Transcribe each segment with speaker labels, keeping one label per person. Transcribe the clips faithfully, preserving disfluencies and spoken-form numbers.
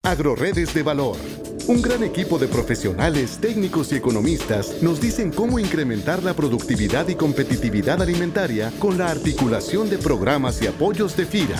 Speaker 1: Agroredes de Valor. Un gran equipo de profesionales, técnicos y economistas nos dicen cómo incrementar la productividad y competitividad alimentaria con la articulación de programas y apoyos de FIRA.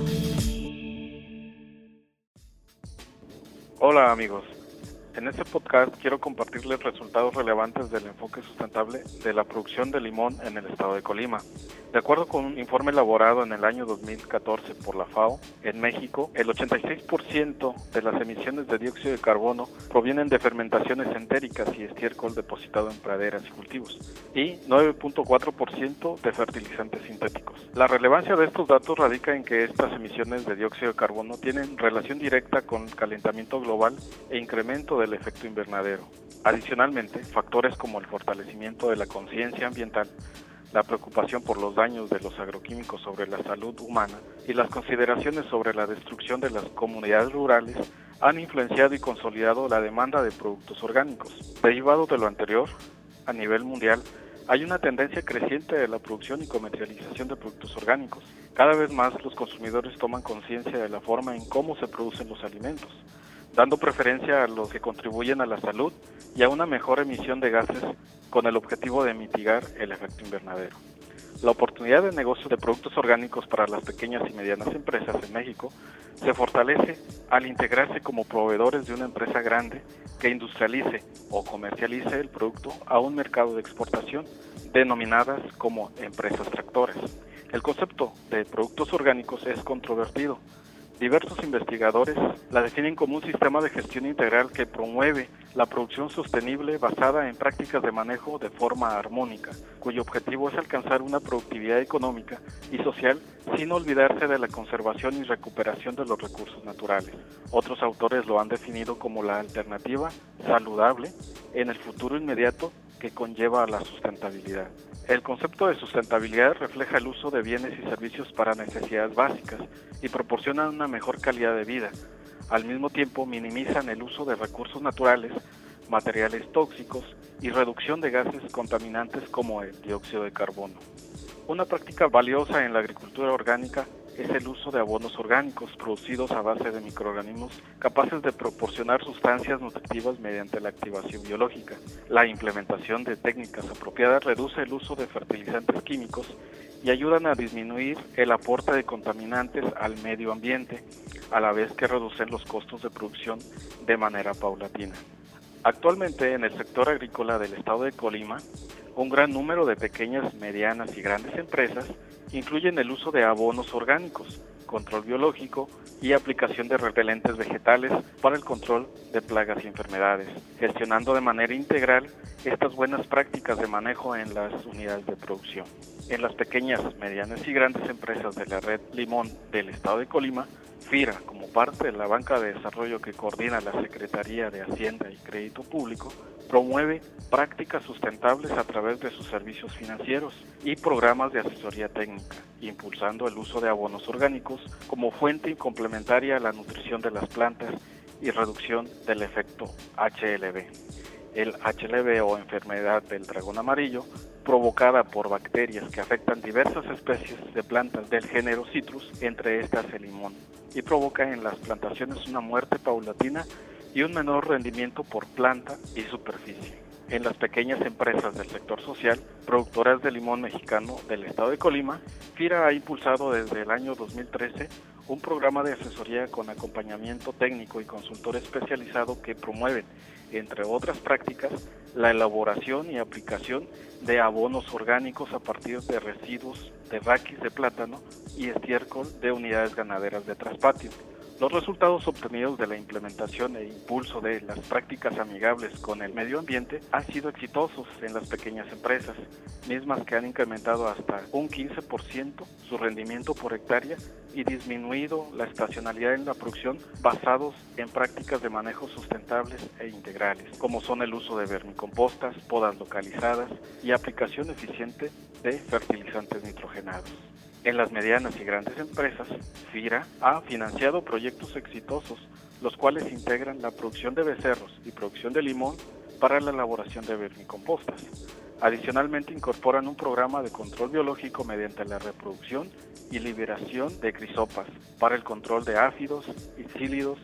Speaker 2: Hola amigos, en este podcast quiero compartirles resultados relevantes del enfoque sustentable de la producción de limón en el estado de Colima. De acuerdo con un informe elaborado en el año dos mil catorce por la FAO, en México, el ochenta y seis por ciento de las emisiones de dióxido de carbono provienen de fermentaciones entéricas y estiércol depositado en praderas y cultivos, y nueve punto cuatro por ciento de fertilizantes sintéticos. La relevancia de estos datos radica en que estas emisiones de dióxido de carbono tienen relación directa con el calentamiento global e incremento del efecto invernadero. Adicionalmente, factores como el fortalecimiento de la conciencia ambiental, la preocupación por los daños de los agroquímicos sobre la salud humana y las consideraciones sobre la destrucción de las comunidades rurales han influenciado y consolidado la demanda de productos orgánicos. Derivado de lo anterior, a nivel mundial, hay una tendencia creciente de la producción y comercialización de productos orgánicos. Cada vez más los consumidores toman conciencia de la forma en cómo se producen los alimentos, dando preferencia a los que contribuyen a la salud y a una mejor emisión de gases con el objetivo de mitigar el efecto invernadero. La oportunidad de negocio de productos orgánicos para las pequeñas y medianas empresas en México se fortalece al integrarse como proveedores de una empresa grande que industrialice o comercialice el producto a un mercado de exportación, denominadas como empresas tractoras. El concepto de productos orgánicos es controvertido. Diversos investigadores la definen como un sistema de gestión integral que promueve la producción sostenible basada en prácticas de manejo de forma armónica, cuyo objetivo es alcanzar una productividad económica y social sin olvidarse de la conservación y recuperación de los recursos naturales. Otros autores lo han definido como la alternativa saludable en el futuro inmediato que conlleva a la sustentabilidad. El concepto de sustentabilidad refleja el uso de bienes y servicios para necesidades básicas y proporcionan una mejor calidad de vida. Al mismo tiempo, minimizan el uso de recursos naturales, materiales tóxicos y reducción de gases contaminantes como el dióxido de carbono. Una práctica valiosa en la agricultura orgánica es el uso de abonos orgánicos producidos a base de microorganismos capaces de proporcionar sustancias nutritivas mediante la activación biológica. La implementación de técnicas apropiadas reduce el uso de fertilizantes químicos y ayudan a disminuir el aporte de contaminantes al medio ambiente, a la vez que reducen los costos de producción de manera paulatina. Actualmente, en el sector agrícola del estado de Colima, un gran número de pequeñas, medianas y grandes empresas incluyen el uso de abonos orgánicos, control biológico y aplicación de repelentes vegetales para el control de plagas y enfermedades, gestionando de manera integral estas buenas prácticas de manejo en las unidades de producción. En las pequeñas, medianas y grandes empresas de la red Limón del estado de Colima, FIRA, como parte de la banca de desarrollo que coordina la Secretaría de Hacienda y Crédito Público, promueve prácticas sustentables a través de sus servicios financieros y programas de asesoría técnica, impulsando el uso de abonos orgánicos como fuente complementaria a la nutrición de las plantas y reducción del efecto H L V. El H L V o enfermedad del dragón amarillo, provocada por bacterias que afectan diversas especies de plantas del género Citrus, entre estas el limón, y provoca en las plantaciones una muerte paulatina y un menor rendimiento por planta y superficie. En las pequeñas empresas del sector social, productoras de limón mexicano del estado de Colima, FIRA ha impulsado desde el año dos mil trece un programa de asesoría con acompañamiento técnico y consultor especializado que promueven, entre otras prácticas, la elaboración y aplicación de abonos orgánicos a partir de residuos de raquis de plátano y estiércol de unidades ganaderas de traspatio. Los resultados obtenidos de la implementación e impulso de las prácticas amigables con el medio ambiente han sido exitosos en las pequeñas empresas, mismas que han incrementado hasta un quince por ciento su rendimiento por hectárea y disminuido la estacionalidad en la producción basados en prácticas de manejo sustentables e integrales, como son el uso de vermicompostas, podas localizadas y aplicación eficiente de fertilizantes nitrogenados. En las medianas y grandes empresas, FIRA ha financiado proyectos exitosos, los cuales integran la producción de becerros y producción de limón para la elaboración de vermicompostas. Adicionalmente, incorporan un programa de control biológico mediante la reproducción y liberación de crisopas para el control de áfidos y psílidos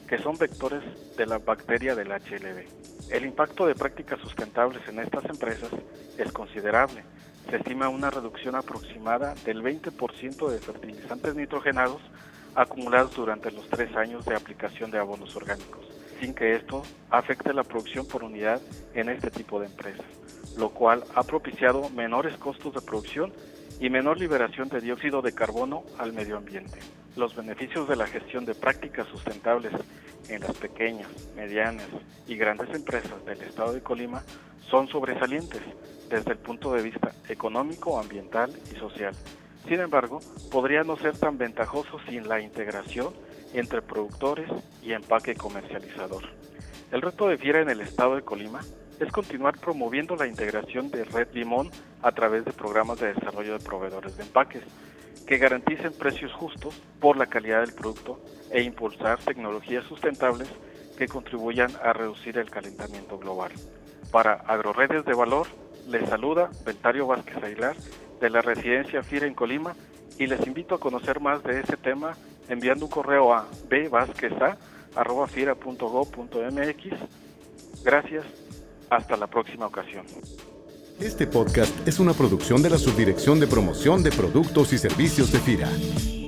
Speaker 2: que son vectores de la bacteria del H L V. El impacto de prácticas sustentables en estas empresas es considerable. Se estima una reducción aproximada del veinte por ciento de fertilizantes nitrogenados acumulados durante los tres años de aplicación de abonos orgánicos, sin que esto afecte la producción por unidad en este tipo de empresas, lo cual ha propiciado menores costos de producción y menor liberación de dióxido de carbono al medio ambiente. Los beneficios de la gestión de prácticas sustentables en las pequeñas, medianas y grandes empresas del estado de Colima son sobresalientes desde el punto de vista económico, ambiental y social. Sin embargo, podría no ser tan ventajoso sin la integración entre productores y empaque comercializador. El reto de FIRA en el estado de Colima es continuar promoviendo la integración de Red Limón a través de programas de desarrollo de proveedores de empaques que garanticen precios justos por la calidad del producto e impulsar tecnologías sustentables que contribuyan a reducir el calentamiento global. Para Agroredes de Valor, les saluda Beltario Vázquez Aguilar de la Residencia FIRA en Colima y les invito a conocer más de este tema enviando un correo a b vázquez a arroba fira punto gob punto m x. Gracias, hasta la próxima ocasión.
Speaker 1: Este podcast es una producción de la Subdirección de Promoción de Productos y Servicios de FIRA.